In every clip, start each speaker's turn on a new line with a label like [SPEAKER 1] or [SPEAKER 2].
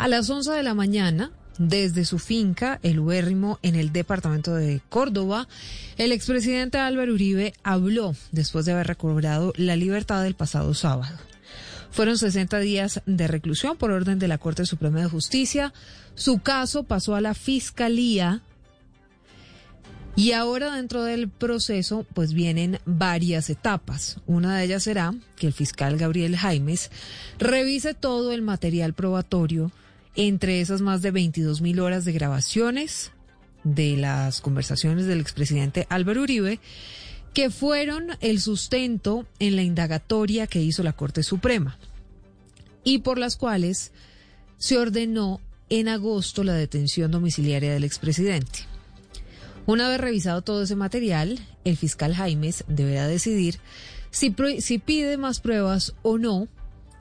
[SPEAKER 1] A las 11 de la mañana, desde su finca, El Ubérrimo, en el departamento de Córdoba, el expresidente Álvaro Uribe habló después de haber recobrado la libertad el pasado sábado. Fueron 60 días de reclusión por orden de la Corte Suprema de Justicia. Su caso pasó a la Fiscalía y ahora dentro del proceso pues vienen varias etapas. Una de ellas será que el fiscal Gabriel Jaimes revise todo el material probatorio, entre esas más de 22.000 horas de grabaciones de las conversaciones del expresidente Álvaro Uribe, que fueron el sustento en la indagatoria que hizo la Corte Suprema y por las cuales se ordenó en agosto la detención domiciliaria del expresidente. Una vez revisado todo ese material, el fiscal Jaimes deberá decidir si pide más pruebas o no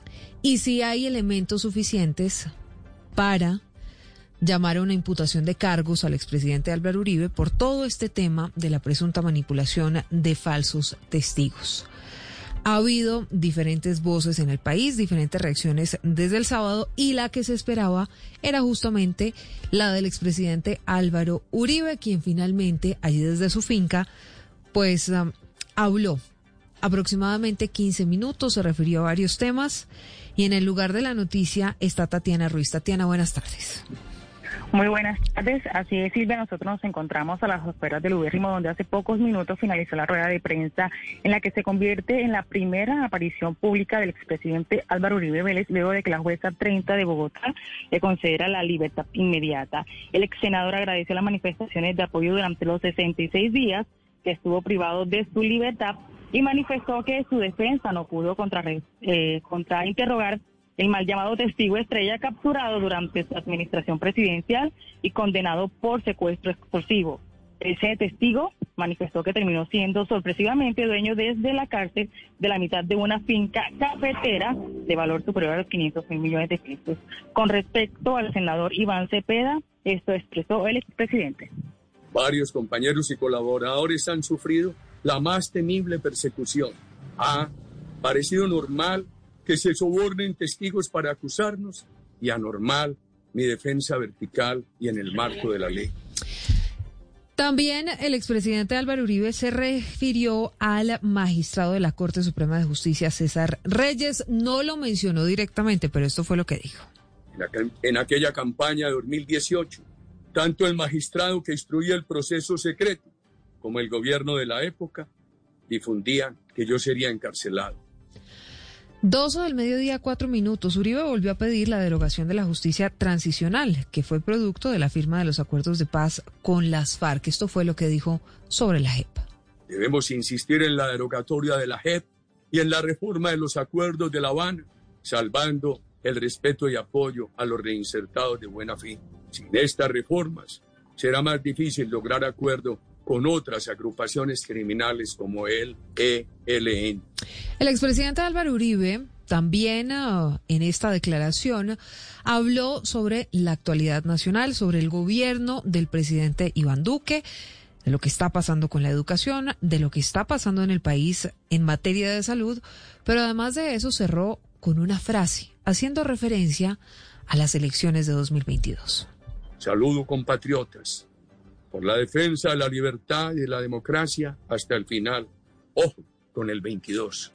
[SPEAKER 1] y si hay elementos suficientes para llamar a una imputación de cargos al expresidente Álvaro Uribe por todo este tema de la presunta manipulación de falsos testigos. Ha habido diferentes voces en el país, diferentes reacciones desde el sábado, y la que se esperaba era justamente la del expresidente Álvaro Uribe, quien finalmente, allí desde su finca, pues habló aproximadamente 15 minutos, se refirió a varios temas, y en el lugar de la noticia está Tatiana Ruiz. Tatiana, buenas tardes.
[SPEAKER 2] Muy buenas tardes. Así es, Silvia, nosotros nos encontramos a las afueras del Ubérrimo, donde hace pocos minutos finalizó la rueda de prensa en la que se convierte en la primera aparición pública del expresidente Álvaro Uribe Vélez, luego de que la jueza 30 de Bogotá le concediera la libertad inmediata. El ex senador agradeció las manifestaciones de apoyo durante los 66 días que estuvo privado de su libertad y manifestó que su defensa no pudo contrainterrogar el mal llamado testigo estrella capturado durante su administración presidencial y condenado por secuestro extorsivo. Ese testigo manifestó que terminó siendo sorpresivamente dueño desde la cárcel de la mitad de una finca cafetera de valor superior a los 500.000 millones de pesos. Con respecto al senador Iván Cepeda, esto expresó el expresidente.
[SPEAKER 3] Varios compañeros y colaboradores han sufrido la más temible persecución. Ha parecido normal que se sobornen testigos para acusarnos y anormal mi defensa vertical y en el marco de la ley.
[SPEAKER 1] También el expresidente Álvaro Uribe se refirió al magistrado de la Corte Suprema de Justicia, César Reyes. No lo mencionó directamente, pero esto fue lo que dijo.
[SPEAKER 3] En aquella campaña de 2018, tanto el magistrado que instruía el proceso secreto como el gobierno de la época difundían que yo sería encarcelado.
[SPEAKER 1] 12 del mediodía, 4 minutos. Uribe volvió a pedir la derogación de la justicia transicional, que fue producto de la firma de los acuerdos de paz con las FARC. Esto fue lo que dijo sobre la JEP.
[SPEAKER 3] Debemos insistir en la derogatoria de la JEP y en la reforma de los acuerdos de La Habana, salvando el respeto y apoyo a los reinsertados de buena fe. Sin estas reformas, será más difícil lograr acuerdo con otras agrupaciones criminales como el ELN.
[SPEAKER 1] El expresidente Álvaro Uribe también en esta declaración habló sobre la actualidad nacional, sobre el gobierno del presidente Iván Duque, de lo que está pasando con la educación, de lo que está pasando en el país en materia de salud, pero además de eso cerró con una frase, haciendo referencia a las elecciones de 2022.
[SPEAKER 3] Saludo, compatriotas, por la defensa de la libertad y de la democracia hasta el final. Ojo con el 22.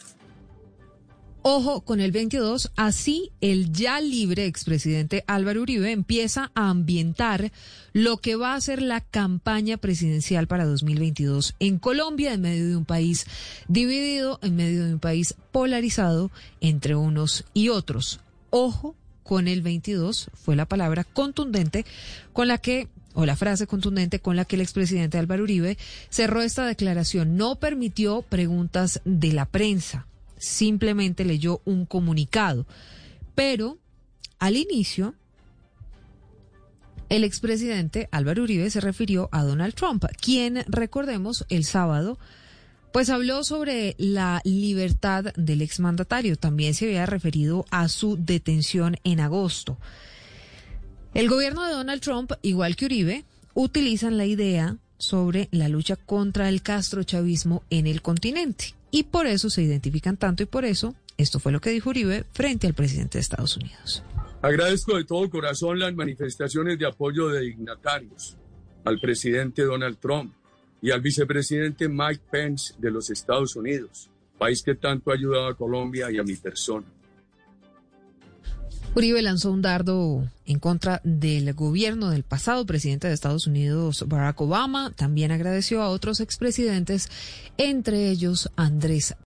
[SPEAKER 1] Ojo con el 22, así el ya libre expresidente Álvaro Uribe empieza a ambientar lo que va a ser la campaña presidencial para 2022 en Colombia, en medio de un país dividido, en medio de un país polarizado entre unos y otros. Ojo con el 22 fue la palabra contundente con la que, o la frase contundente con la que el expresidente Álvaro Uribe cerró esta declaración. No permitió preguntas de la prensa, simplemente leyó un comunicado. Pero al inicio, el expresidente Álvaro Uribe se refirió a Donald Trump, quien, recordemos, el sábado, pues habló sobre la libertad del exmandatario. También se había referido a su detención en agosto. El gobierno de Donald Trump, igual que Uribe, utilizan la idea sobre la lucha contra el castrochavismo en el continente. Y por eso se identifican tanto y por eso esto fue lo que dijo Uribe frente al presidente de Estados Unidos.
[SPEAKER 3] Agradezco de todo corazón las manifestaciones de apoyo de dignatarios al presidente Donald Trump y al vicepresidente Mike Pence de los Estados Unidos, país que tanto ha ayudado a Colombia y a mi persona.
[SPEAKER 1] Uribe lanzó un dardo en contra del gobierno del pasado presidente de Estados Unidos, Barack Obama. También agradeció a otros expresidentes, entre ellos Andrés